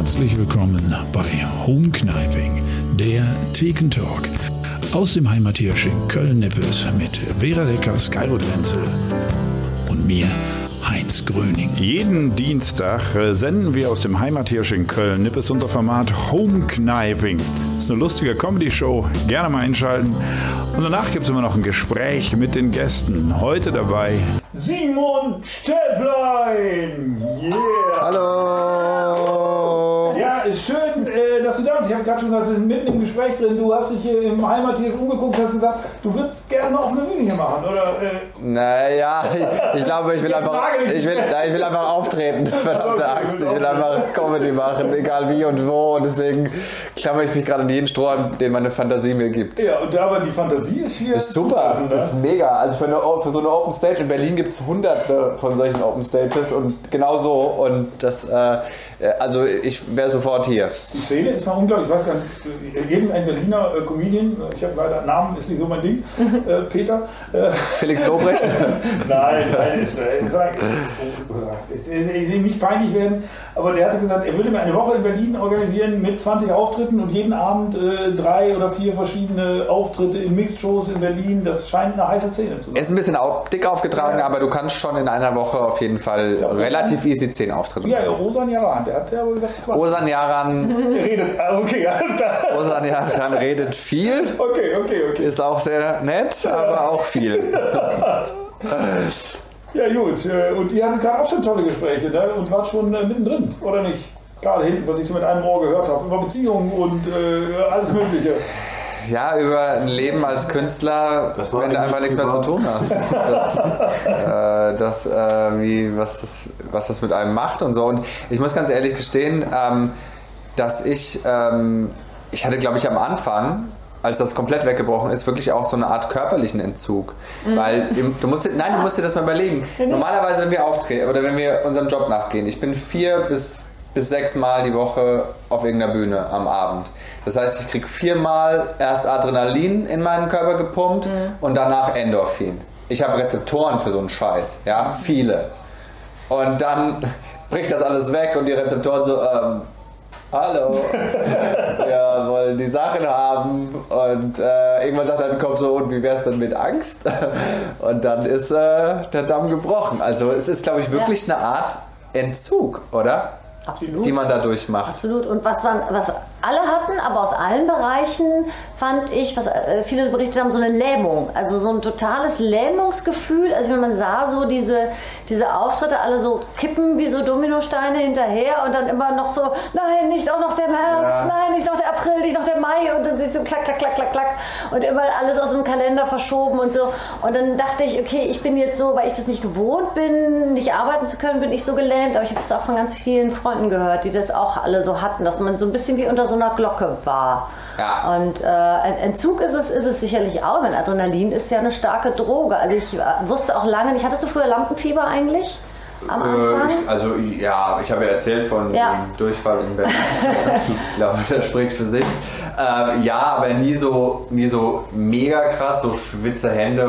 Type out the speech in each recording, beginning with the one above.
Herzlich willkommen bei Homekneiping, der Thekentalk aus dem Heimathirsch in Köln-Nippes mit Vera Leckers, Geirut Wenzel und mir, Heinz Gröning. Jeden Dienstag senden wir aus dem Heimathirsch in Köln-Nippes unser Format Homekneiping. Das ist eine lustige Comedy-Show, gerne mal einschalten. Und danach gibt es immer noch ein Gespräch mit den Gästen. Heute dabei Simon Stäblein! Yeah! Hallo! Ja, ist schön, dass du da bist. Ich habe gerade schon gesagt, wir sind mitten im Gespräch drin. Du hast dich hier im Heimathirsch umgeguckt und hast gesagt, du würdest gerne auf eine Bühne hier machen, oder? Naja, ich glaube, ich will einfach auftreten, verdammte Axt. Ich will einfach Comedy machen, egal wie und wo. Und deswegen klammere ich mich gerade an jeden Strohhalm, den meine Fantasie mir gibt. Ja, und aber die Fantasie ist hier... Ist super, ne? ist mega. Also für so eine Open Stage in Berlin gibt es hunderte von solchen Open Stages und genau so. Und das, also ich wäre sofort hier. Die Szene ist mal unglaublich. Ich weiß gar nicht, irgendein Berliner Comedian, ich habe leider Namen, ist nicht so mein Ding, Peter. Felix Lobrecht? Nein, ich will nicht peinlich werden, aber der hatte gesagt, er würde mir eine Woche in Berlin organisieren mit 20 Auftritten und jeden Abend 3 oder 4 verschiedene Auftritte in Mixed-Shows in Berlin. Das scheint eine heiße Szene zu sein. Ist ein bisschen dick aufgetragen, ja. Aber du kannst schon in einer Woche auf jeden Fall relativ easy 10 Auftritte machen. Ja, Ozan Yaran, der hat ja aber gesagt 20. Ozan Yaran redet, okay, alles klar. Ozan Yaran redet viel. Okay. Ist auch sehr nett, aber auch viel. Ja gut, und ihr hattet gerade auch schon tolle Gespräche, ne? Und wart schon mittendrin, oder nicht? Gerade hinten, was ich so mit einem Ohr gehört habe, über Beziehungen und alles Mögliche. Ja, über ein Leben als Künstler, wenn du einfach nichts mehr zu tun hast. Was das mit einem macht und so. Und ich muss ganz ehrlich gestehen, dass ich hatte, glaube ich, am Anfang, als das komplett weggebrochen ist, wirklich auch so eine Art körperlichen Entzug. Weil du musst dir das mal überlegen. Normalerweise, wenn wir auftreten oder wenn wir unserem Job nachgehen, ich bin 4 bis 6 Mal die Woche auf irgendeiner Bühne am Abend. Das heißt, ich kriege 4 Mal erst Adrenalin in meinen Körper gepumpt und danach Endorphin. Ich habe Rezeptoren für so einen Scheiß, ja, viele. Und dann bricht das alles weg und die Rezeptoren so, hallo, wir wollen die Sachen haben und irgendwann sagt dein Kopf so, und wie wär's denn mit Angst? Und dann ist der Damm gebrochen. Also es ist, glaube ich, wirklich eine Art Entzug, oder? Absolut. Die man da durchmacht. Absolut. Und was alle hatten, aber aus allen Bereichen, fand ich, was viele berichtet haben, so eine Lähmung. Also so ein totales Lähmungsgefühl. Also wenn man sah, so diese Auftritte alle so kippen wie so Dominosteine hinterher und dann immer noch so, nein, nicht auch noch der März, nein, nicht noch der April, nicht noch der Mai und dann sich so klack, klack, klack, klack, klack und immer alles aus dem Kalender verschoben und so. Und dann dachte ich, okay, ich bin jetzt so, weil ich das nicht gewohnt bin, nicht arbeiten zu können, bin ich so gelähmt. Aber ich habe das auch von ganz vielen Freunden gehört, die das auch alle so hatten, dass man so ein bisschen wie unter so einer Glocke war. Ja. Und Entzug ist es sicherlich auch, denn Adrenalin ist ja eine starke Droge. Also ich wusste auch lange nicht, hattest du früher Lampenfieber eigentlich? Am Anfang? Also ja, ich habe ja erzählt von dem Durchfall in Berlin. Ich glaube, das spricht für sich. Ja, aber nie so mega krass, so schwitze Hände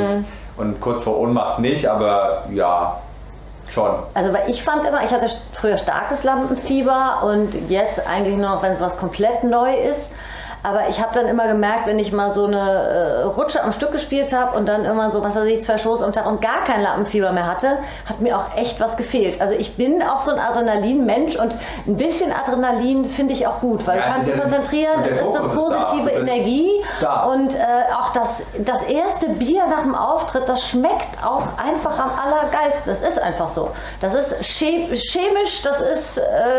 und kurz vor Ohnmacht nicht, aber ja, schon. Also weil ich fand immer, ich hatte früher starkes Lampenfieber und jetzt eigentlich nur noch, wenn es was komplett neu ist. Aber ich habe dann immer gemerkt, wenn ich mal so eine Rutsche am Stück gespielt habe und dann immer so, 2 Shows am Tag und gar kein Lampenfieber mehr hatte, hat mir auch echt was gefehlt. Also ich bin auch so ein Adrenalin-Mensch und ein bisschen Adrenalin finde ich auch gut, weil du kannst dich konzentrieren, es ist eine positive Energie und auch das erste Bier nach dem Auftritt, das schmeckt auch einfach am allergeilsten. Das ist einfach so. Das ist chemisch, das ist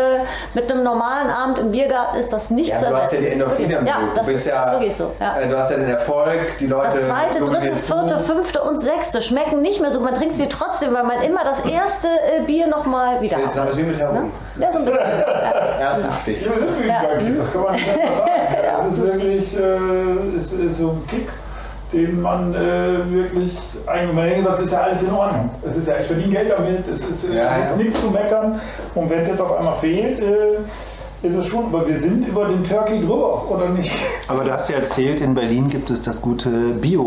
mit einem normalen Abend im Biergarten ist das nicht so. Du hast ja die Endorphine im Ja, das ist wirklich so. Ja. Du hast ja den Erfolg, die Leute. Das 2., 3., 4., 5. und 6. schmecken nicht mehr so. Man trinkt sie trotzdem, weil man immer das erste Bier nochmal wieder hat. Das ist wie mit Heroin. Ja, so ein bisschen. Ersten Stich. Ja, wir sind wirklich Junkies, das kann man nicht einfach sagen. Das ist wirklich ist so ein Kick, den man wirklich man denkt, das ist ja alles in Ordnung. Es ist ja, ich verdiene Geld damit, es ist nichts zu meckern. Und wenn es jetzt auf einmal fehlt, ist es schon, aber wir sind über den Turkey drüber, oder nicht? Aber du hast ja erzählt, in Berlin gibt es das gute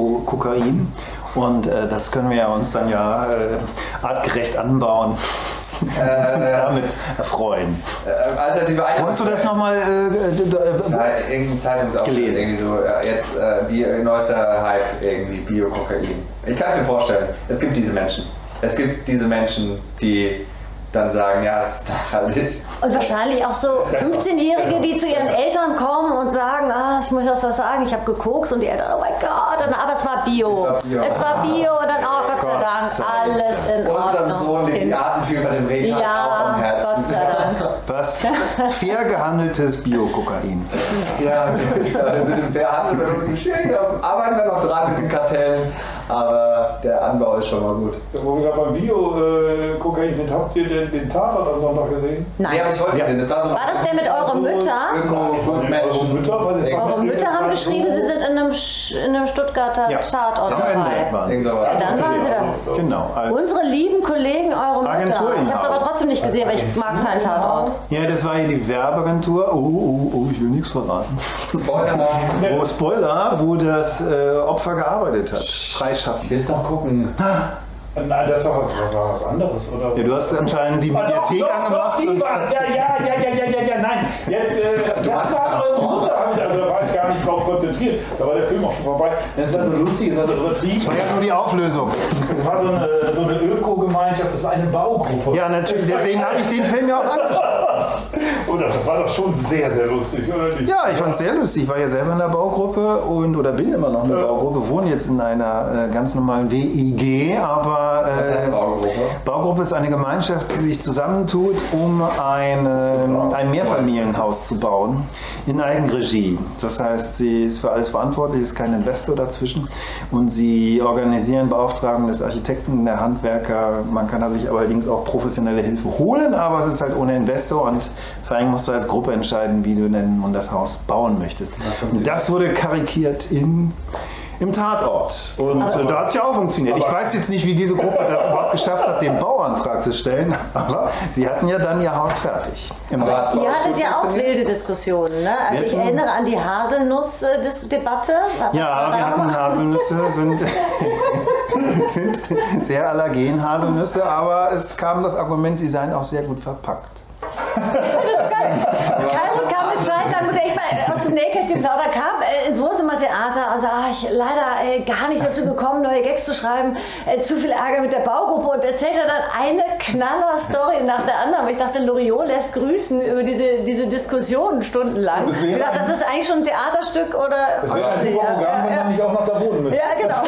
Bio-Kokain und das können wir uns dann artgerecht anbauen. damit erfreuen. Alternative Wo hast du das nochmal irgendein Zeitungsaufsatz gelesen? irgendwie so, jetzt neuester Hype, irgendwie Bio-Kokain. Ich kann es mir vorstellen, es gibt diese Menschen. Es gibt diese Menschen, die dann sagen, ja, es ist nachhaltig. Und wahrscheinlich auch so 15-Jährige, die zu ihren Eltern kommen und sagen, ich muss das was sagen, ich habe gekokst und die Eltern, oh mein Gott, aber es war Bio. Es war Bio und dann, oh Gott sei Dank, alles in Ordnung. Unserem Sohn liegt die Artenvielfalt im Regen auch am Herzen. Gott sei Dank. Was? Fair gehandeltes Bio-Kokain. Ja, mit dem Fairhandel wird uns schwierig. Arbeiten wir noch dran mit den Kartellen, aber der Anbau ist schon mal gut. Wo wir gerade beim Bio-Kokain sind, habt ihr den Tatort am Sonntag gesehen? Nein. Ja, aber ich wollte den. Das war das der mit euren Müttern? Öko-Food-Menschen. Eure Mütter haben geschrieben, sie sind in einem Stuttgarter Tatort dabei. Ja, dann waren sie da. Genau. Unsere lieben Kollegen, eure Mütter. Agenturinhaber. Ich habe es aber trotzdem nicht gesehen, weil ich mag keinen Tatort. Ja, das war hier die Werbeagentur. Oh, ich will nichts verraten. Spoiler, wo das Opfer gearbeitet hat. Freischaffend. Willst du doch gucken? Nein, das war was anderes, oder? Ja, du hast anscheinend die Mediathek angemacht. Die war's. Ja, nein. Jetzt, das war eure Mutter. Also da war ich gar nicht drauf konzentriert. Da war der Film auch schon vorbei. Das war so lustig, das war so übertrieben. Das war ja nur die Auflösung. Das war so eine Öko-Gemeinschaft, das war eine Baugruppe. Ja, natürlich. Deswegen habe ich den Film ja auch angeschaut. Und das war doch schon sehr, sehr lustig, oder nicht? Ja, ich fand es sehr lustig. Ich war ja selber in der Baugruppe oder bin immer noch in der Baugruppe, wohne jetzt in einer ganz normalen WEG, aber Was heißt Baugruppe? Baugruppe ist eine Gemeinschaft, die sich zusammentut, um ein Mehrfamilienhaus zu bauen in Eigenregie. Das heißt, sie ist für alles verantwortlich, ist kein Investor dazwischen und sie organisieren Beauftragung des Architekten, der Handwerker. Man kann da sich allerdings auch professionelle Hilfe holen, aber es ist halt ohne Investor und vor allem musst du als Gruppe entscheiden, wie du denn das Haus bauen möchtest. Das wurde karikiert im Tatort. Und da hat es ja auch funktioniert. Ich weiß jetzt nicht, wie diese Gruppe das überhaupt geschafft hat, den Bauantrag zu stellen, aber sie hatten ja dann ihr Haus fertig. Ihr hattet ja auch wilde Diskussionen, ne? Also ich erinnere an die Haselnuss-Debatte. Ja, wir hatten Haselnüsse, sind sehr allergen Haselnüsse, aber es kam das Argument, sie seien auch sehr gut verpackt. Kairo kam eine Zeit lang, muss ich echt mal aus dem Nähkästchen plaudern, kam ins Wohnzimmertheater und sagte, ich leider gar nicht dazu gekommen, neue Gags zu schreiben, zu viel Ärger mit der Baugruppe und erzählte dann eine Knaller-Story nach der anderen. Ich dachte, Loriot lässt grüßen über diese Diskussionen stundenlang. Ich dachte, das ist eigentlich schon ein Theaterstück oder... Das wäre ein Programm, wenn man nicht auch noch da wohnen müsste. Ja, genau.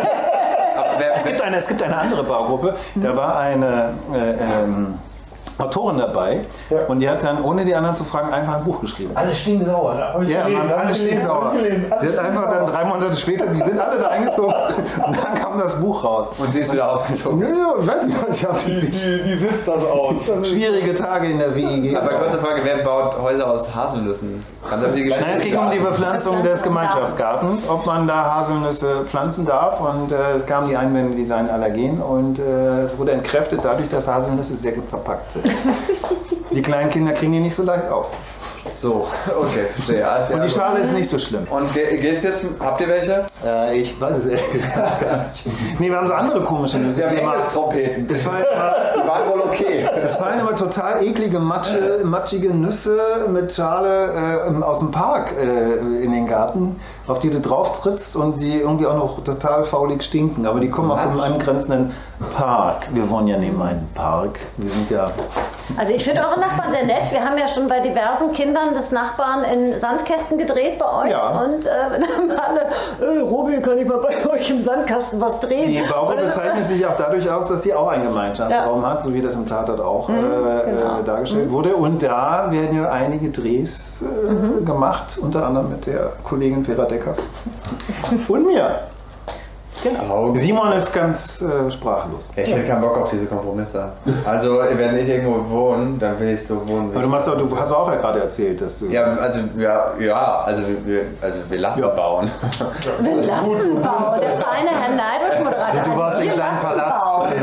Es gibt eine andere Baugruppe, da war eine Autorin dabei und die hat dann, ohne die anderen zu fragen, einfach ein Buch geschrieben. Alle stinksauer. Alle stinksauer. Die hat einfach dann 3 Monate später, die sind alle da eingezogen und dann kam das Buch raus. Und sie ist wieder ausgezogen. Ja, ich weiß nicht, was ich habe. Die sitzt dann aus. Schwierige Tage in der WEG. Aber kurze Frage, wer baut Häuser aus Haselnüssen? Nein, es ging um die Bepflanzung des Gemeinschaftsgartens, ob man da Haselnüsse pflanzen darf und es kamen die Einwände, die seien allergen und es wurde entkräftet dadurch, dass Haselnüsse sehr gut verpackt sind. Die kleinen Kinder kriegen die nicht so leicht auf. So, okay, verstehe. Also, und die Schale ist nicht so schlimm. Und geht's jetzt, habt ihr welche? Ich weiß es ehrlich gesagt gar nicht. Nee, wir haben so andere komische Nüsse. Sie haben Engelstrompeten. Die waren wohl okay. Das waren immer total eklige, matschige Nüsse mit Schale aus dem Park in den Garten, auf die du drauf trittst und die irgendwie auch noch total faulig stinken. Aber die kommen aus so einem angrenzenden Park. Wir wohnen ja neben einem Park. Wir sind ja... Also ich finde eure Nachbarn sehr nett. Wir haben ja schon bei diversen Kindern des Nachbarn in Sandkästen gedreht bei euch. Ja. Und dann haben alle, Robin, kann ich mal bei euch im Sandkasten was drehen? Die Baugruppe zeichnet sich auch dadurch aus, dass sie auch einen Gemeinschaftsraum hat, so wie das im Tatort auch dargestellt wurde. Und da werden ja einige Drehs gemacht, unter anderem mit der Kollegin Vera Deckers und mir. Genau. Simon ist ganz sprachlos. Ich hätte keinen Bock auf diese Kompromisse. Also, wenn ich irgendwo wohne, dann will ich so wohnen. Aber du hast auch ja gerade erzählt, dass du... Ja, also wir lassen bauen. Wir lassen bauen. Der feine Herr Neibusch, Moderator. Du warst im kleinen Palast.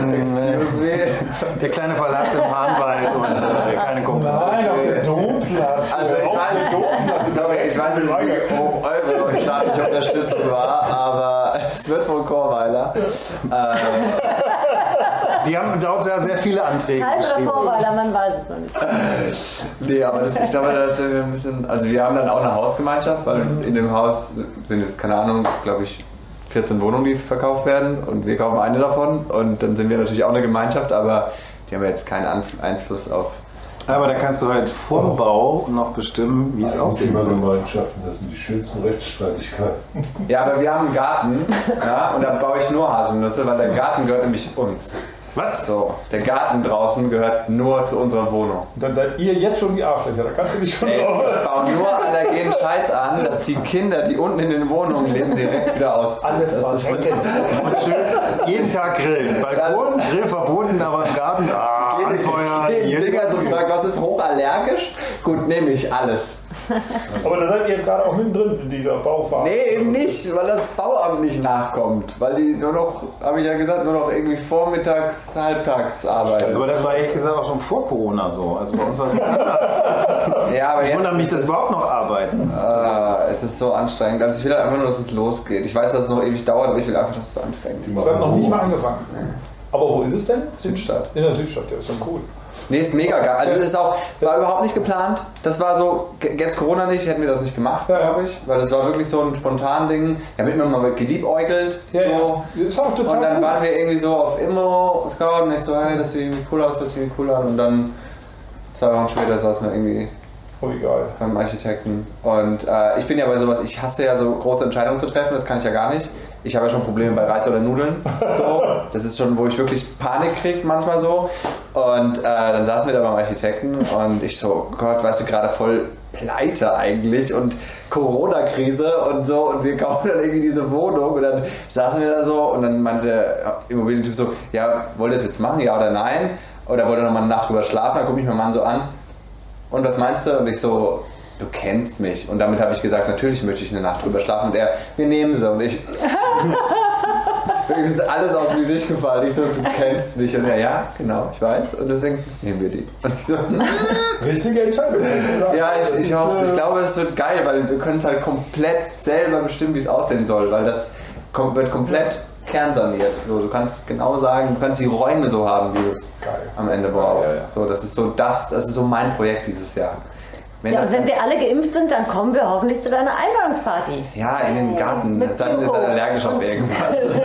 Der kleine Palast im Hahnwald und keine Kompromisse. Nein, auf dem Domplatz. Also ich weiß nicht, wie hoch eure staatliche Unterstützung war, aber es wird wohl Chorweiler. Die haben dort sehr viele Anträge geschrieben. Vorweiler, man weiß es noch nicht. Nee, aber ich glaube, das wäre ein bisschen. Also, wir haben dann auch eine Hausgemeinschaft, weil in dem Haus sind jetzt, keine Ahnung, glaube ich, 14 Wohnungen, die verkauft werden und wir kaufen eine davon und dann sind wir natürlich auch eine Gemeinschaft, aber die haben jetzt keinen Einfluss auf. Aber da kannst du halt vorm Bau noch bestimmen, wie es aussehen soll. Gemeinschaften, das sind die schönsten Rechtsstreitigkeiten. Ja, aber wir haben einen Garten, ja, und da baue ich nur Haselnüsse, weil der Garten gehört nämlich uns. Was? So, der Garten draußen gehört nur zu unserer Wohnung. Und dann seid ihr jetzt schon die Arschlöcher, da kannst du dich schon Ey, drauf. ich baue nur allergenen Scheiß an, dass die Kinder, die unten in den Wohnungen leben, direkt wieder ausziehen. Alle Das ist verrecken. Schön, jeden Tag grillen. Balkon, Grill verboten, aber im Garten, Anfeuer. Die Dinger so gefragt, was ist hochallergisch? Gut, nehme ich alles. Aber da seid ihr jetzt gerade auch mittendrin in dieser Bauphase. Nee, eben nicht, weil das Bauamt nicht nachkommt. Weil die nur noch, habe ich ja gesagt, nur noch irgendwie vormittags, halbtags arbeiten. Aber das war ehrlich gesagt auch schon vor Corona so. Also bei uns war es anders. Ja, aber Ich jetzt wundere mich, ist dass es- überhaupt noch arbeiten. Es ist so anstrengend. Also ich will halt einfach nur, dass es losgeht. Ich weiß, dass es noch ewig dauert, aber ich will einfach, dass es anfängt. Das hat noch nicht mal angefangen. Aber wo ist es denn? Südstadt. In der Südstadt, ja, ist schon cool. Nee, ist mega geil. Also ist auch, war überhaupt nicht geplant. Das war so, gäbe es Corona nicht, hätten wir das nicht gemacht, Ja, ja. glaube ich. Weil das war wirklich so ein spontan Ding. Da haben wir immer mal geliebäugelt. Ja, so. ja. Ist auch total Und dann cool. waren wir irgendwie so auf Immo Scout und ich so, hey, das sieht irgendwie cool aus, das sieht irgendwie cool an. Und dann 2 Wochen später saßen wir irgendwie Oh, egal. beim Architekten. Und ich bin ja bei sowas, ich hasse ja so große Entscheidungen zu treffen, das kann ich ja gar nicht. Ich habe ja schon Probleme bei Reis oder Nudeln. So. Das ist schon, wo ich wirklich Panik kriege manchmal so. Und dann saßen wir da beim Architekten und ich so, Gott, weißt du, gerade voll pleite eigentlich und Corona-Krise und so und wir kaufen dann irgendwie diese Wohnung und dann saßen wir da so und dann meinte der Immobilientyp so, ja, wollt ihr das jetzt machen, ja oder nein? Oder wollt ihr noch mal eine Nacht drüber schlafen? Dann gucke ich meinen Mann so an. Und was meinst du? Und ich so, du kennst mich. Und damit habe ich gesagt, natürlich möchte ich eine Nacht drüber schlafen. Und er, wir nehmen sie. Und ich, mir ist alles aus dem Gesicht gefallen. Ich so, du kennst mich. Und er, ja, genau, ich weiß. Und deswegen nehmen wir die. Und ich so, Richtige Entscheidung. oder? ja, Das ich ist, hoffe es. Ich glaube, es wird geil, weil wir können es halt komplett selber bestimmen, wie es aussehen soll. Weil das wird komplett kernsaniert. So, du kannst genau sagen, du kannst die Räume so haben, wie du es Geil. am Ende brauchst. Ja, ja. So, das ist so mein Projekt dieses Jahr. Ja, und wenn wir alle geimpft sind, dann kommen wir hoffentlich zu deiner Einweihungsparty. Ja, in den Garten. Mit Dann ist er Biokoks allergisch auf und- irgendwas.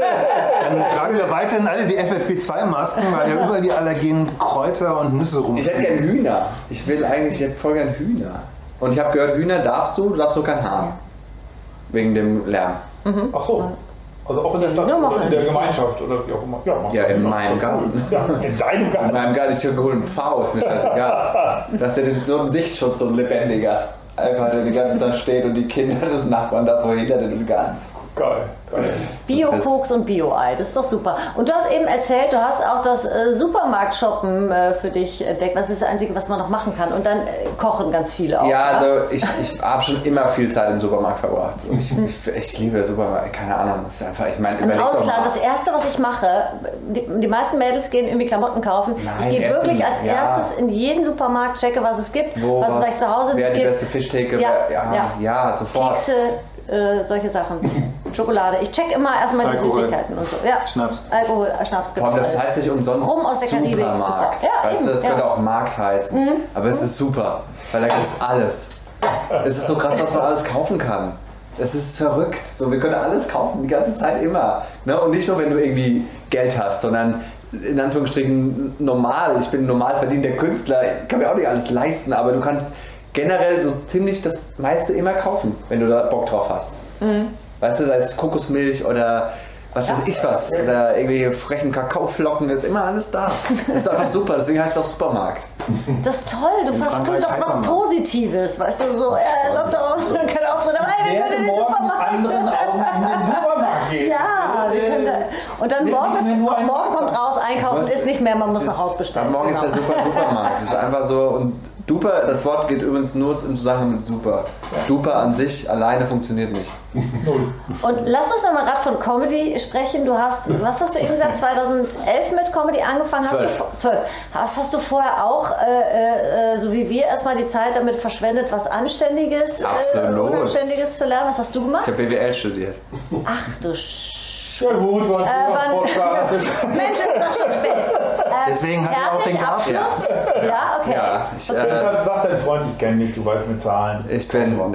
Dann tragen wir weiterhin alle die FFP2-Masken, weil ja überall die allergenen Kräuter und Nüsse Ich rumstehen. hätte gern Hühner. Ich hätte voll gern Hühner. Und ich habe gehört, Hühner darfst du nur kein Hahn. Wegen dem Lärm. Ach so. Also auch in der Stadt Ja, machen oder in wir der das. Gemeinschaft oder wie auch immer. Ja, machen Ja, wir. in meinem Garten. Ja, in deinem In Garten. meinem Garten, ich habe geholt einen Pfau, ist mir scheißegal. Dass der so ein Sichtschutz, so ein lebendiger, einfach der die ganze Zeit steht und die Kinder des Nachbarn davor hinter den Garten. Geil. Geil. Bio-Koks und Bio-Ei, das ist doch super. Und du hast eben erzählt, du hast auch das Supermarkt-Shoppen für dich entdeckt. Das ist das Einzige, was man noch machen kann. Und dann kochen ganz viele auch. Ja, also ich habe schon immer viel Zeit im Supermarkt verbracht. Und ich liebe Supermarkt, keine Ahnung. Das ist einfach, ich meine, Im überleg doch Ausland, mal. das Erste, was ich mache, die meisten Mädels gehen irgendwie Klamotten kaufen. Nein, ich gehe essen, wirklich als ja. erstes in jeden Supermarkt, checke, was es gibt, Wo, was es vielleicht zu Hause wer nicht die gibt. beste Fischtheke, Ja, ja, sofort. Kekse, solche Sachen. Schokolade. Ich check immer erstmal die Alkohol. Süßigkeiten und so. Ja. Schnaps. Alkohol, Schnaps. Vor allem, das alles. heißt nicht umsonst Rum aus der Karibik, Supermarkt. super. Ja, Weißt du, eben, das ja. könnte auch Markt heißen. Aber es ist super, weil da gibt es alles. Es ist so krass, was man alles kaufen kann. Es ist verrückt. So, wir können alles kaufen, die ganze Zeit immer. Ne? Und nicht nur, wenn du irgendwie Geld hast, sondern in Anführungsstrichen normal. Ich bin ein normal verdienter Künstler, ich kann mir auch nicht alles leisten, aber du kannst generell so ziemlich das meiste immer kaufen, wenn du da Bock drauf hast. Weißt du, sei es Kokosmilch oder was weiß ich was, oder irgendwie frechen Kakaoflocken, ist immer alles da. Das ist einfach super, deswegen heißt es auch Supermarkt. Das ist toll, du versprichst Frankreich doch was Hypermarkt. Positives, weißt du, so, Lockdown, kein Auftritt, aber wir Werde können in den morgen Supermarkt. anderen Augen in den Supermarkt gehen. Ja, wir können da, und dann wir morgen, bieten mir nur einen morgen kommt raus, einkaufen ist nicht mehr, man muss nach Hause bestellen. Ab morgen ist der Genau. Supermarkt. Das ist einfach so. Und Duper, das Wort geht übrigens nur im Zusammenhang mit Super. Duper an sich alleine funktioniert nicht. Und lass uns doch mal gerade von Comedy sprechen. Du hast, was hast du eben gesagt, 2011 mit Comedy angefangen? 12. Hast du vorher auch, so wie wir, erstmal die Zeit damit verschwendet, was Anständiges, Absolut. Unanständiges zu lernen? Was hast du gemacht? Ich habe BWL studiert. Ach du Scheiße. Ja gut, war ein Podcast. Mensch, ist das schon spät. Deswegen hat er auch den Garten. Abschluss? Ja, okay. Ja, Deshalb sagt dein Freund, ich kenne dich, du weißt mit Zahlen. ich bin, und Wie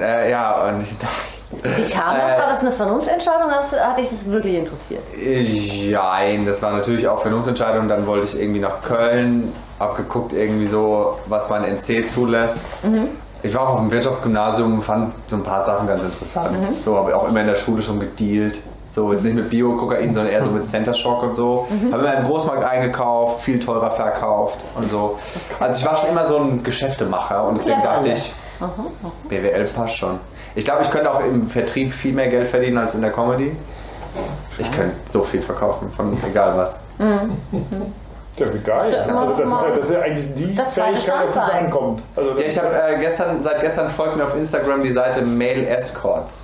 kam das? War das eine Vernunftentscheidung? Hat dich das wirklich interessiert? Nein, das war natürlich auch Vernunftentscheidung. Dann wollte ich irgendwie nach Köln, hab geguckt irgendwie so, was mein NC zulässt. Ich war auch auf dem Wirtschaftsgymnasium, fand so ein paar Sachen ganz interessant. So, habe auch immer in der Schule schon gedealt. So, jetzt nicht mit Bio-Kokain, sondern eher so mit Center Shock und so. Habe mir im Großmarkt eingekauft, viel teurer verkauft und so. Also ich war schon immer so ein Geschäftemacher und deswegen dachte ich, BWL passt schon. Ich glaube, ich könnte auch im Vertrieb viel mehr Geld verdienen als in der Comedy. Ich könnte so viel verkaufen, von egal was. Ja, wie geil. Das ist ja eigentlich die Fähigkeit, auf die es ankommt. Also Ja, ich habe seit gestern folgt mir auf Instagram die Seite Male Escorts.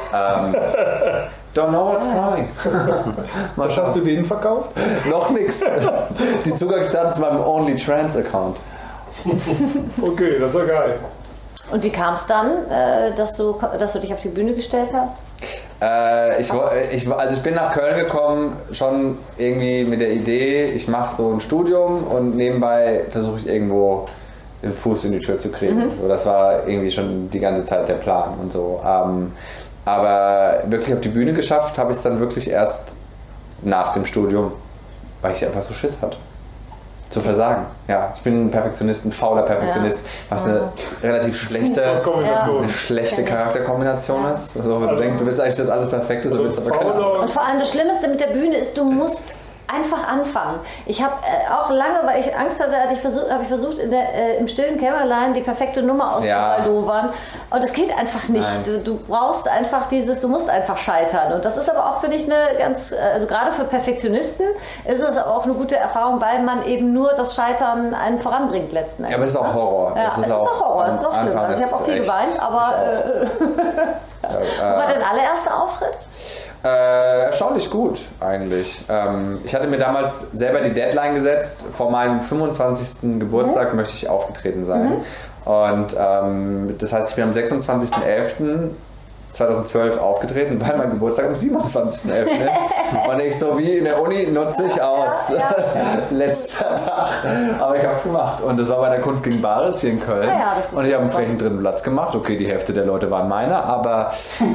Don't know what's wrong. Was hast du denen verkauft? Noch nix. Die Zugangsdaten zu meinem Only Trans Account. Okay, das ist ja geil. Und wie kam es dann, dass du dich auf die Bühne gestellt hast? Ich bin nach Köln gekommen, schon irgendwie mit der Idee, ich mache so ein Studium und nebenbei versuche ich irgendwo den Fuß in die Tür zu kriegen. So, das war irgendwie schon die ganze Zeit der Plan und so. Aber wirklich auf die Bühne geschafft habe ich es dann wirklich erst nach dem Studium, weil ich einfach so Schiss hatte. Zu versagen. Ja, ich bin ein Perfektionist, ein fauler Perfektionist, was eine relativ schlechte Charakterkombination ist. Also, du denkst, du willst eigentlich das alles Perfekte, so willst du aber keine Ahnung. Und vor allem das Schlimmste mit der Bühne ist, du musst einfach anfangen. Ich habe auch lange, weil ich Angst hatte, habe ich versucht im stillen Kämmerlein die perfekte Nummer auszubaldowern. Und es geht einfach nicht. Du brauchst einfach du musst einfach scheitern. Und das ist aber auch, finde ich, eine ganz, also gerade für Perfektionisten ist es aber auch eine gute Erfahrung, weil man eben nur das Scheitern einen voranbringt letzten Endes. Ja, aber es ist auch Horror. Ja, es ist auch Horror, es ist auch schlimm. Also ich habe auch viel geweint, aber war dein allererster Auftritt? Erstaunlich gut eigentlich. Ich hatte mir damals selber die Deadline gesetzt, vor meinem 25. Geburtstag möchte ich aufgetreten sein. Und das heißt, ich bin am 26.11.2012 aufgetreten, weil mein Geburtstag am 27.11. ist. Und ich so wie in der Uni nutze ich aus. Letzter Tag. Aber ich habe es gemacht. Und das war bei der Kunst gegen Bares hier in Köln. Und ich habe einen frechen dritten Platz gemacht. Okay, die Hälfte der Leute waren meine, aber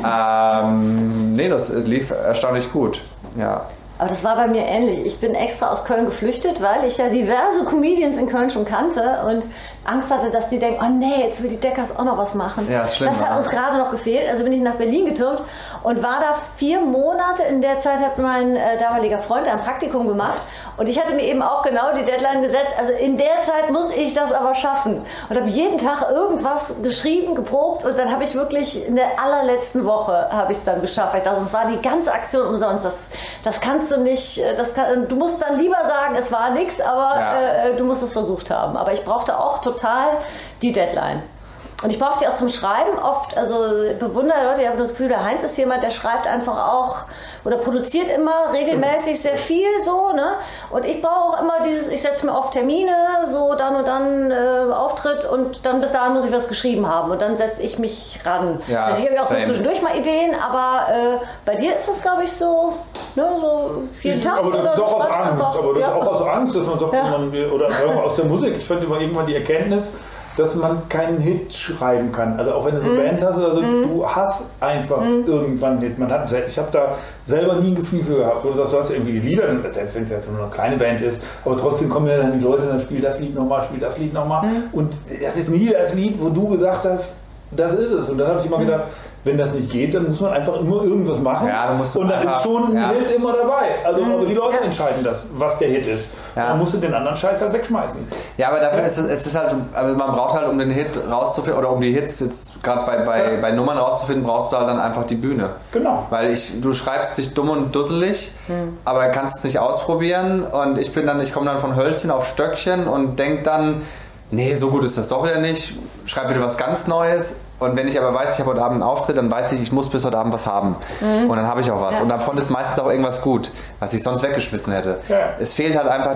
nee, das lief erstaunlich gut. Ja. Aber das war bei mir ähnlich. Ich bin extra aus Köln geflüchtet, weil ich ja diverse Comedians in Köln schon kannte und Angst hatte, dass die denken, oh nee, jetzt will die Deckers auch noch was machen. Ja, ist schlimm, das hat uns gerade noch gefehlt. Also bin ich nach Berlin getürmt und war da 4 Monate. In der Zeit hat mein damaliger Freund ein Praktikum gemacht und ich hatte mir eben auch genau die Deadline gesetzt. Also in der Zeit muss ich das aber schaffen. Und habe jeden Tag irgendwas geschrieben, geprobt und dann habe ich wirklich in der allerletzten Woche habe ich es dann geschafft. Ich dachte, es war die ganze Aktion umsonst. Das kannst du nicht. Du musst dann lieber sagen, es war nichts, aber du musst es versucht haben. Aber ich brauchte auch total die Deadline. Und ich brauche die auch zum Schreiben oft, also bewundere Leute, ich habe das Gefühl, der Heinz ist jemand, der schreibt einfach auch oder produziert immer regelmäßig sehr viel so, ne? Und ich brauche auch immer ich setze mir oft Termine, so dann und dann Auftritt und dann bis dahin muss ich was geschrieben haben und dann setze ich mich ran. Ja, also ich habe ja auch so zwischendurch mal Ideen, aber bei dir ist das, glaube ich, so, ne, so jeden Tag. Aber das ist doch aus Angst, auch aus Angst, dass man sagt, oder aus der Musik. Ich fand immer irgendwann die Erkenntnis, dass man keinen Hit schreiben kann. Also auch wenn du so eine Band hast, also du hast einfach irgendwann einen Hit. Ich habe da selber nie ein Gefühl für gehabt. Du hast irgendwie die Lieder, selbst wenn es jetzt nur eine kleine Band ist, aber trotzdem kommen ja dann die Leute, dann spiel das Lied nochmal, spiel das Lied nochmal. Und das ist nie das Lied, wo du gesagt hast, das ist es. Und dann habe ich immer gedacht, wenn das nicht geht, dann muss man einfach immer irgendwas machen. Ja, und dann ist schon ein Hit immer dabei. Also aber die Leute entscheiden das, was der Hit ist. Ja. Dann musst du den anderen Scheiß halt wegschmeißen. Ja, aber dafür ist es halt, also man braucht halt, um den Hit rauszufinden, oder um die Hits jetzt gerade bei Nummern rauszufinden, brauchst du halt dann einfach die Bühne. Genau. Weil du schreibst dich dumm und dusselig, aber kannst es nicht ausprobieren und ich komme dann von Hölzchen auf Stöckchen und denk dann, nee, so gut ist das doch wieder nicht, schreib wieder was ganz Neues. Und wenn ich aber weiß, ich habe heute Abend einen Auftritt, dann weiß ich muss bis heute Abend was haben. Und dann habe ich auch was. Ja. Und davon ist meistens auch irgendwas gut, was ich sonst weggeschmissen hätte. Ja. Es fehlt halt einfach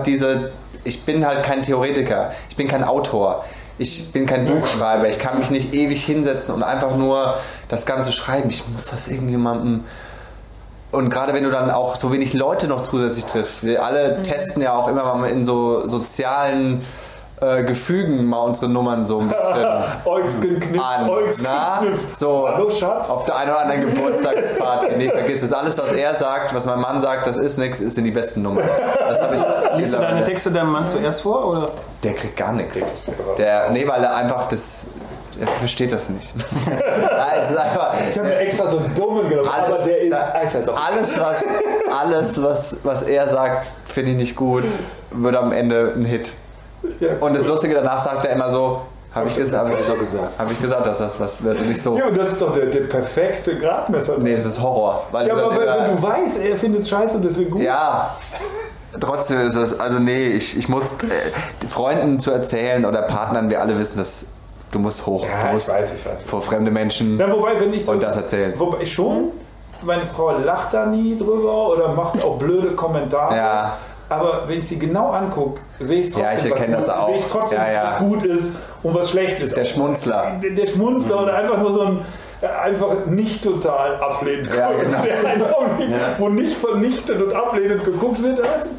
ich bin halt kein Theoretiker, ich bin kein Autor, ich bin kein Buchschreiber, ich kann mich nicht ewig hinsetzen und einfach nur das Ganze schreiben. Ich muss das irgendjemandem Und gerade wenn du dann auch so wenig Leute noch zusätzlich triffst, wir alle testen ja auch immer mal in so sozialen Gefügen mal unsere Nummern so ein bisschen an. So auf der einen oder anderen Geburtstagsparty. Nee, vergiss es. Alles, was er sagt, was mein Mann sagt, das ist nichts, ist in die besten Nummern. Das habe ich. Liest du deine Texte deinem Mann zuerst vor? Oder? Der kriegt gar nichts. Nee, weil er einfach das. Er versteht das nicht. Ich habe mir extra so einen dummen genommen, aber der ist Eisheitsauge. Alles, was er sagt, finde ich nicht gut, wird am Ende ein Hit. Ja. Und das Lustige, danach sagt er immer so, habe ich gesagt, dass das was wird und nicht so. Ja, und das ist doch der perfekte Gradmesser. Nee, es ist Horror. Weil ja, aber wenn du weißt, er findet es scheiße und deswegen gut. Ja, trotzdem ist es, also nee, ich muss Freunden zu erzählen oder Partnern, wir alle wissen, dass du musst hoch. Ja, du musst ich weiß. vor fremde Menschen und das erzählen. Wobei ich schon, meine Frau lacht da nie drüber oder macht auch blöde Kommentare. Ja. Aber wenn ich sie genau angucke, sehe ich trotzdem, ich erkenne das auch. Was gut ist und was schlecht ist. Der Schmunzler. Der Schmunzler oder einfach nur so ein einfach nicht total ablehnend. Ja, genau. Wo nicht vernichtend und ablehnend geguckt wird.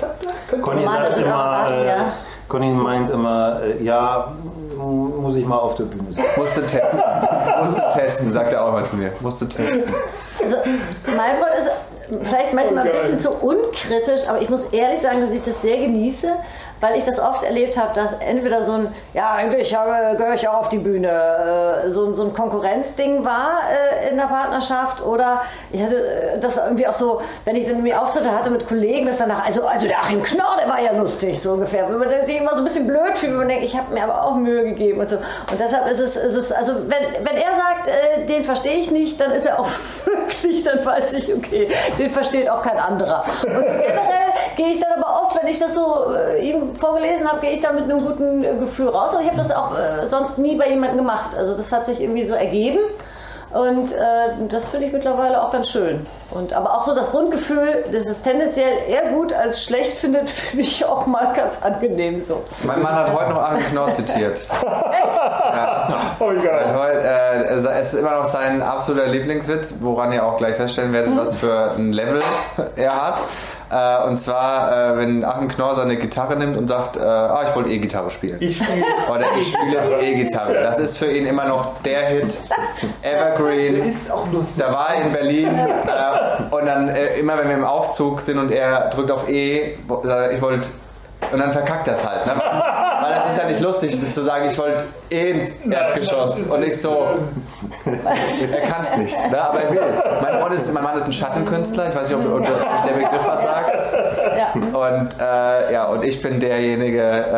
Conny meint immer, ja, muss ich mal auf der Bühne sein. Musste testen, sagt er auch mal zu mir. Musste testen. Also mein Freund ist vielleicht manchmal ein bisschen zu unkritisch, aber ich muss ehrlich sagen, dass ich das sehr genieße, weil ich das oft erlebt habe, dass entweder so ein, ja eigentlich gehöre ich auch auf die Bühne, so ein Konkurrenzding war in der Partnerschaft, oder ich hatte das irgendwie auch so, wenn ich dann irgendwie Auftritte hatte mit Kollegen, dass danach, also der Achim Knorr, der war ja lustig, so ungefähr, wenn man sich immer so ein bisschen blöd fühlt, wenn man denkt, ich habe mir aber auch Mühe gegeben und so, und deshalb ist es also wenn er sagt, den verstehe ich nicht, dann ist er auch wirklich, dann weiß ich, okay, den versteht auch kein anderer. Und generell gehe ich dann aber oft, wenn ich das so ihm vorgelesen habe, gehe ich da mit einem guten Gefühl raus. Aber ich habe das auch sonst nie bei jemandem gemacht. Also das hat sich irgendwie so ergeben. Und das finde ich mittlerweile auch ganz schön. Aber auch so das Grundgefühl, dass es tendenziell eher gut als schlecht findet, finde ich auch mal ganz angenehm so. Mein Mann hat heute noch Achim Knorr zitiert. Ja. Oh, geil. Es ist immer noch sein absoluter Lieblingswitz, woran ihr auch gleich feststellen werdet, was für ein Level er hat. Und zwar, wenn Achim Knorr seine Gitarre nimmt und sagt, ich wollte E-Gitarre spielen. Ich spiele jetzt E-Gitarre. Das ist für ihn immer noch der Hit. Evergreen. Ist auch lustig. Da war er in Berlin und dann immer, wenn wir im Aufzug sind und er drückt auf E, ich wollte, und dann verkackt das halt. Ne? Weil das ist ja nicht lustig zu sagen, ich wollte ins Erdgeschoss und nicht so. Er kann es nicht, ne? Aber er will. Mein Mann ist ein Schattenkünstler, ich weiß nicht, ob der Begriff was sagt. Ja. Und ich bin derjenige,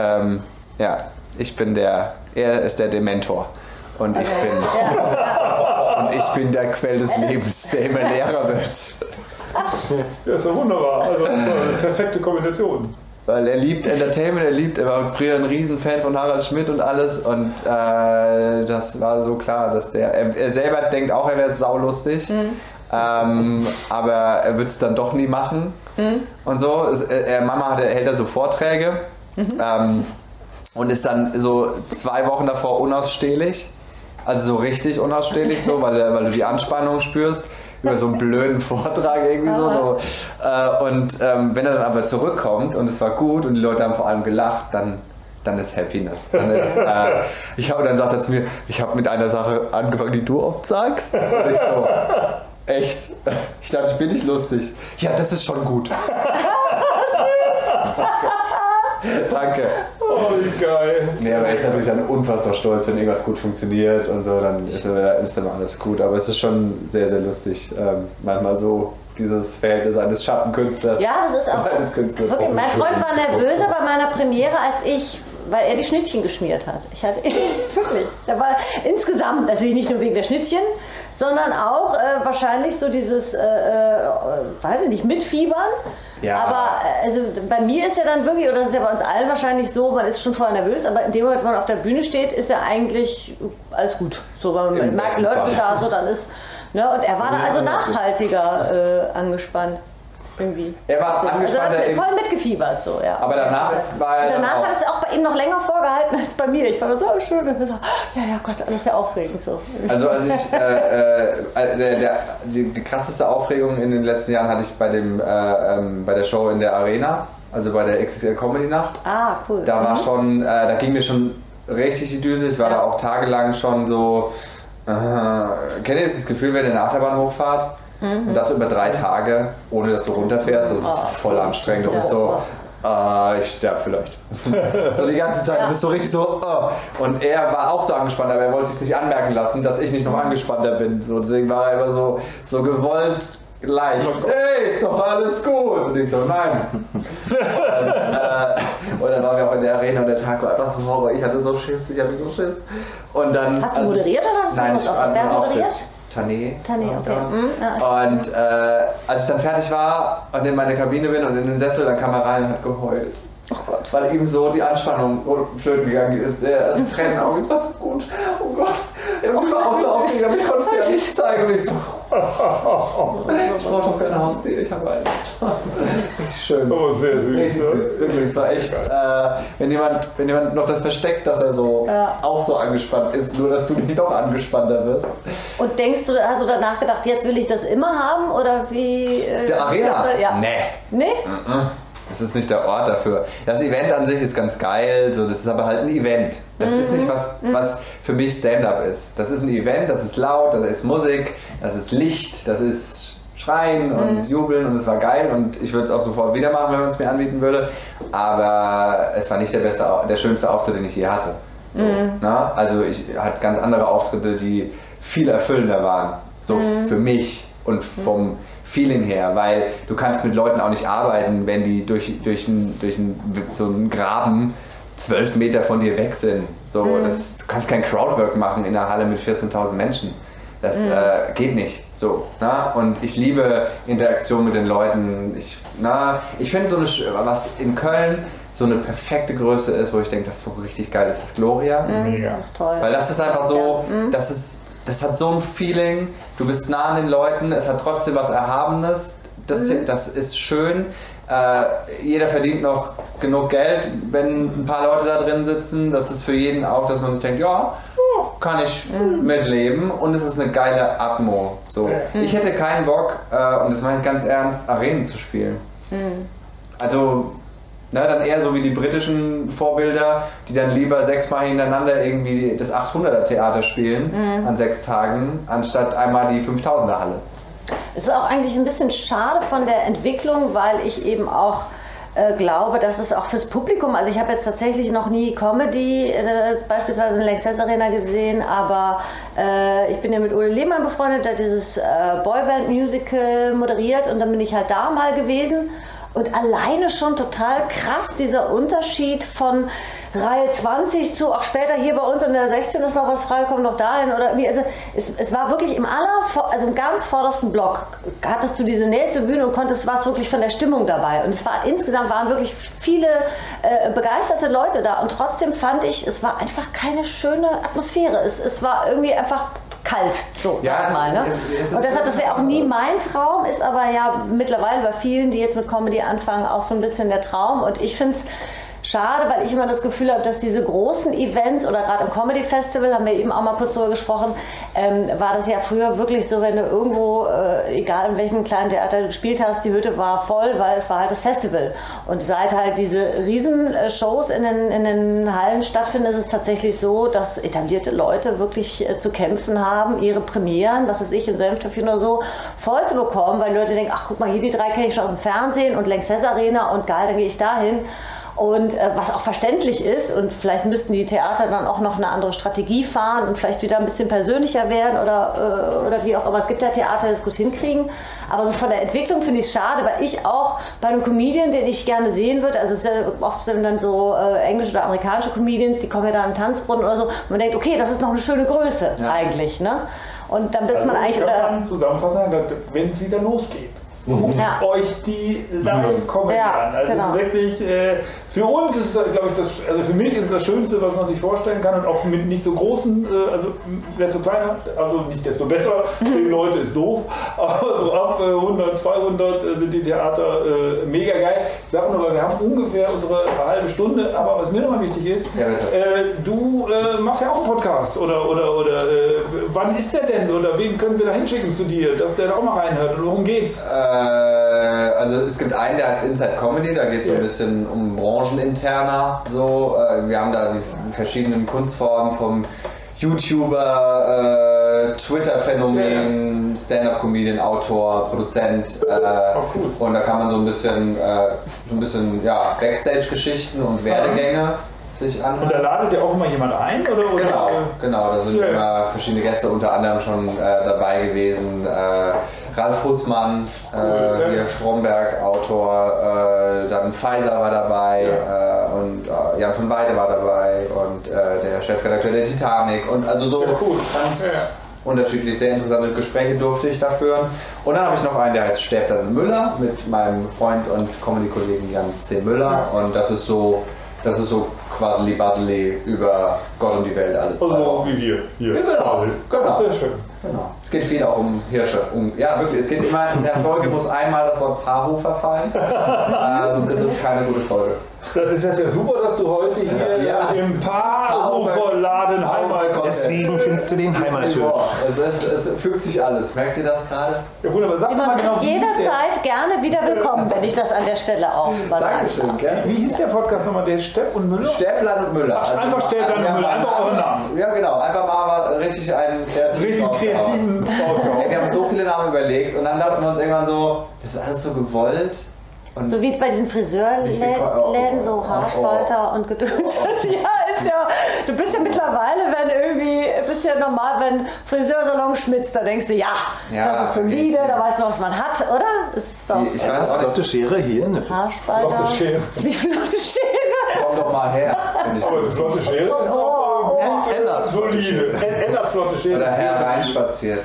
er ist der Dementor. Und ich bin der Quell des Lebens, der immer leerer wird. Ja, ist ja wunderbar. Also das ist eine perfekte Kombination. Weil er liebt Entertainment, er war früher ein Riesenfan von Harald Schmidt und alles, und das war so klar, dass er selber denkt auch, er wäre saulustig, aber er würde es dann doch nie machen und so. Mama hält da so Vorträge und ist dann so 2 Wochen davor unausstehlich, also so richtig unausstehlich, so, weil du die Anspannung spürst über so einen blöden Vortrag irgendwie so. Und wenn er dann aber zurückkommt und es war gut und die Leute haben vor allem gelacht, dann ist Happiness. Dann sagt er zu mir, ich habe mit einer Sache angefangen, die du oft sagst. Und ich so, echt? Ich dachte, ich bin nicht lustig. Ja, das ist schon gut. Danke. Oh, wie geil. Nee, aber er ist natürlich dann unfassbar stolz, wenn irgendwas gut funktioniert und so, dann ist dann alles gut. Aber es ist schon sehr, sehr lustig, manchmal so dieses Verhältnis eines Schattenkünstlers. Ja, das ist auch wirklich. Mein Freund war nervöser bei meiner Premiere als ich, weil er die Schnittchen geschmiert hat. Ich hatte wirklich, da war insgesamt natürlich nicht nur wegen der Schnittchen, sondern auch wahrscheinlich so dieses, weiß ich nicht, Mitfiebern. Ja. Aber also bei mir ist ja dann wirklich, oder das ist ja bei uns allen wahrscheinlich so, man ist schon vorher nervös, aber in dem Moment, wenn man auf der Bühne steht, ist ja eigentlich alles gut. So, weil man merkt, Leute sind da, so dann ist, ne, und er war da also nachhaltiger angespannt. irgendwie. Er war angespannter. Also voll mitgefiebert, so, ja. Aber danach war er. Danach hat es auch bei ihm noch länger vorgehalten als bei mir. Ich fand das so schön. Und so, ja Gott, alles sehr aufregend so. Also als ich die krasseste Aufregung in den letzten Jahren hatte ich bei der Show in der Arena, also bei der XXL Comedy Nacht. Ah, cool. Da war schon, da ging mir schon richtig die Düse. Ich war da auch tagelang schon so. Kennt ihr das Gefühl, wenn ihr eine Achterbahn hochfahrt? Und das über 3 Tage, ohne dass du runterfährst, das ist voll anstrengend. Das ist so, ich sterbe vielleicht. So die ganze Zeit, du bist so richtig so, Und er war auch so angespannt, aber er wollte sich nicht anmerken lassen, dass ich nicht noch angespannter bin. So, deswegen war er immer so gewollt leicht. Hey, ist doch alles gut. Und ich so, nein. Und dann waren wir auch in der Arena und der Tag war einfach so Horror. Ich hatte so Schiss. Und dann, hast du moderiert oder hast du wer moderiert? Tané, okay. Und als ich dann fertig war und in meine Kabine bin und in den Sessel, dann kam er rein und hat geheult. Oh Gott. Weil ihm so die Anspannung flöten gegangen ist. Der hat Tränen in den Augen, es war so gut. Oh Gott. Er war auch so aufgeregt, aber ich konnte es dir ja nicht zeigen. Und ich so, ich brauche doch keine Haustier, ich habe eines. Richtig schön. Oh, sehr süß. Richtig süß, wirklich. Es war echt, wenn jemand noch das versteckt, dass er so auch so angespannt ist, nur dass du nicht noch angespannter wirst. Und hast du danach gedacht, jetzt will ich das immer haben? Oder wie? Der Arena? Ja. Nee? Das ist nicht der Ort dafür. Das Event an sich ist ganz geil, so, das ist aber halt ein Event. Das ist nicht was für mich Stand-up ist. Das ist ein Event, das ist laut, das ist Musik, das ist Licht, das ist Schreien und Jubeln und es war geil und ich würde es auch sofort wieder machen, wenn man es mir anbieten würde. Aber es war nicht der schönste Auftritt, den ich je hatte. So, na? Also ich hatte ganz andere Auftritte, die viel erfüllender waren. So für mich und vom Feeling her, weil du kannst mit Leuten auch nicht arbeiten, wenn die durch so einen Graben 12 Meter von dir weg sind. So, du kannst kein Crowdwork machen in einer Halle mit 14.000 Menschen. Das geht nicht. So, na? Und ich liebe Interaktion mit den Leuten. Ich finde was in Köln so eine perfekte Größe ist, wo ich denke, das ist so richtig geil, das ist Gloria. Mega. Das ist toll. Weil das ist einfach so, das hat so ein Feeling, du bist nah an den Leuten, es hat trotzdem was Erhabenes, das ist schön. Jeder verdient noch genug Geld, wenn ein paar Leute da drin sitzen. Das ist für jeden auch, dass man sich denkt, ja, kann ich mitleben und es ist eine geile Atmo. So. Ich hätte keinen Bock, und das meine ich ganz ernst, Arenen zu spielen. Also dann eher so wie die britischen Vorbilder, die dann lieber 6-mal hintereinander irgendwie das 800er Theater spielen an 6 Tagen, anstatt einmal die 5000er Halle. Es ist auch eigentlich ein bisschen schade von der Entwicklung, weil ich eben auch glaube, dass es auch fürs Publikum, also ich habe jetzt tatsächlich noch nie Comedy beispielsweise in der Lanxess Arena gesehen, aber ich bin ja mit Ole Lehmann befreundet, der dieses Boyband-Musical moderiert und dann bin ich halt da mal gewesen. Und alleine schon total krass, dieser Unterschied von Reihe 20 zu auch später hier bei uns in der 16 ist noch was frei, kommt noch dahin. Oder wie, also es war wirklich im ganz vordersten Block hattest du diese Nähe zur Bühne und warst wirklich von der Stimmung dabei. Und insgesamt waren wirklich viele begeisterte Leute da. Und trotzdem fand ich, es war einfach keine schöne Atmosphäre. Es war irgendwie einfach kalt, so sag mal. Ne? Und deshalb, das wäre auch nie mein Traum, ist aber ja mittlerweile bei vielen, die jetzt mit Comedy anfangen, auch so ein bisschen der Traum. Und ich finde es schade, weil ich immer das Gefühl habe, dass diese großen Events oder gerade im Comedy Festival, haben wir eben auch mal kurz darüber gesprochen, war das ja früher wirklich so, wenn du irgendwo, egal in welchem kleinen Theater du gespielt hast, die Hütte war voll, weil es war halt das Festival. Und seit halt diese Riesenshows in den Hallen stattfinden, ist es tatsächlich so, dass etablierte Leute wirklich zu kämpfen haben, ihre Premieren, was weiß ich, in Senftöpfchen oder so, voll zu bekommen, weil Leute denken, ach guck mal, hier die 3 kenne ich schon aus dem Fernsehen und Lanxess Arena und geil, dann gehe ich dahin. Und was auch verständlich ist, und vielleicht müssten die Theater dann auch noch eine andere Strategie fahren und vielleicht wieder ein bisschen persönlicher werden oder wie auch immer. Es gibt ja Theater, die das gut hinkriegen. Aber so von der Entwicklung finde ich es schade, weil ich auch bei einem Comedian, den ich gerne sehen würde, also es ist ja oft sind dann so englische oder amerikanische Comedians, die kommen ja dann in den Tanzbrunnen oder so, und man denkt, okay, das ist noch eine schöne Größe eigentlich. Ne? Und dann bist man eigentlich... Kann man zusammenfassen, wenn es wieder losgeht. Guckt Ja. euch die Live-Comedy an. Also genau. es ist wirklich, für uns ist es, glaube ich, also für mich ist es das Schönste, was man sich vorstellen kann und auch mit nicht so großen, also wer zu kleiner, also nicht desto besser, 10 Leute ist doof, aber so ab 100, 200 sind die Theater mega geil. Ich sage nur, wir haben ungefähr unsere halbe Stunde, aber was mir nochmal wichtig ist, du machst ja auch einen Podcast oder wann ist der denn oder wen können wir da hinschicken zu dir, dass der da auch mal reinhört oder worum geht's? Also es gibt einen, der heißt Inside Comedy, da geht es so ein bisschen um brancheninterner. So. Wir haben da die verschiedenen Kunstformen vom YouTuber, Twitter-Phänomen, Stand-Up-Comedian, Autor, Produzent. Cool. Und da kann man so ein bisschen Backstage-Geschichten und Werdegänge sich anhören. Und da ladet ja auch immer jemand ein? Oder? Genau, da sind immer verschiedene Gäste, unter anderem schon dabei gewesen. Ralf Hussmann, hier Stromberg, Autor, dann Pfizer war dabei und Jan von Weide war dabei und der Chefredakteur der Titanic und also so ganz unterschiedlich, sehr interessante Gespräche durfte ich da führen. Und dann habe ich noch einen, der heißt Stäblein und Müller mit meinem Freund und Comedy-Kollegen Jan C. Müller und das ist so quasi Baseli über Gott und die Welt alle 2 Wochen. Wie wir hier. Genau. Sehr schön. Genau. Es geht viel auch um Hirsche. Ja, wirklich. Es geht immer, in der Folge muss einmal das Wort Paarhufer fallen. Sonst ist es keine gute Folge. Das ist ja super, dass du heute hier im Paarhuferladen Heimat kommst. Deswegen findest du den Heimattisch. Es fügt sich alles. Merkt ihr das gerade? Ja, wunderbar. Sag Simon, mal du genau, bist jederzeit gerne wieder willkommen, wenn ich das an der Stelle auch mal sagen Dankeschön, darf. gell? wie hieß der Podcast nochmal? Der ist Stepp und Müller? Stäblein und Müller. Ach, einfach Stäblein und Müller, einfach euren Namen. Ja, genau. Einfach mal richtig einen kreativen Ausgabe. Wir haben so viele Namen überlegt und dann dachten wir uns irgendwann so, das ist alles so gewollt. Und So wie bei diesen Friseurläden, so Haarspalter und Gedöns. Du bist ja mittlerweile, bist ja normal, wenn Friseursalon schmitzt, da denkst du, das ist solide, da weiß man, was man hat, oder? Das ist doch ich weiß auch Flotte nicht. Schere hier. Ne? Haarspalter. Flotte Schere. Die flotte Schere. Komm doch mal her. Finde ich Aber gut. das flotte Schere ist noch Ellas flotte solide. Ellas flotte Schere. Oder hereinspaziert.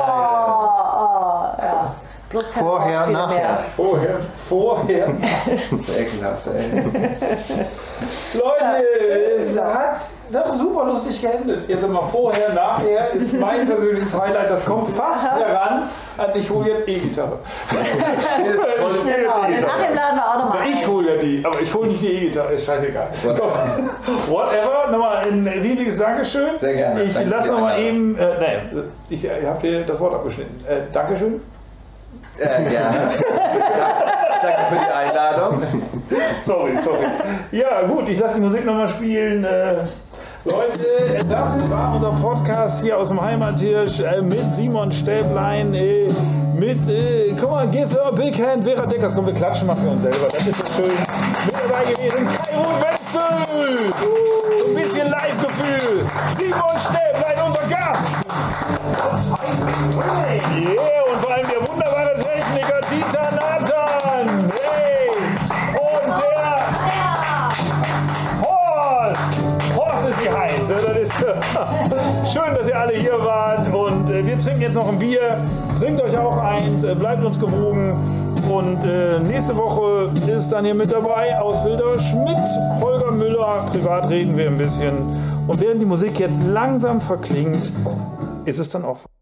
Ja. Bloß kein Vorher, Wortspiel nachher. mehr. Vorher. Das ist ekelhaft, ey. Leute, es hat doch super lustig geendet. Jetzt mal vorher, nachher ist mein persönliches Highlight. Das kommt fast heran an ich hole jetzt E-Gitarre. Genau, den nachher laden wir auch nochmal ein. Ich hole ja die, aber ich hole nicht die E-Gitarre. Ist scheißegal. Whatever. Nochmal ein riesiges Dankeschön. Sehr gerne. Ich Danke lasse für die nochmal Einladung. eben, ich habe dir das Wort abgeschnitten. Dankeschön. Gerne. Danke für die Einladung. Sorry. Ja, gut, ich lasse die Musik nochmal spielen. Leute, das war unser Podcast hier aus dem Heimathirsch mit Simon Stäblein, komm mal, give a big hand, Vera Deckers. Komm, wir klatschen mal für uns selber, das ist so schön. Mit dabei gewesen, Kairo Wenzel, so ein bisschen Live-Gefühl. Simon Stäblein, unser Gast. Yeah, und vor allem der wunderbare Techniker Dieter Nathan. Hey, und der Horst ist die Heinz. Das ist schön, dass ihr alle hier wart und wir trinken jetzt noch ein Bier. Trinkt euch auch eins, bleibt uns gewogen und nächste Woche ist dann hier mit dabei Ausbilder Schmidt, Holger Müller. Privat reden wir ein bisschen und während die Musik jetzt langsam verklingt, ist es dann auch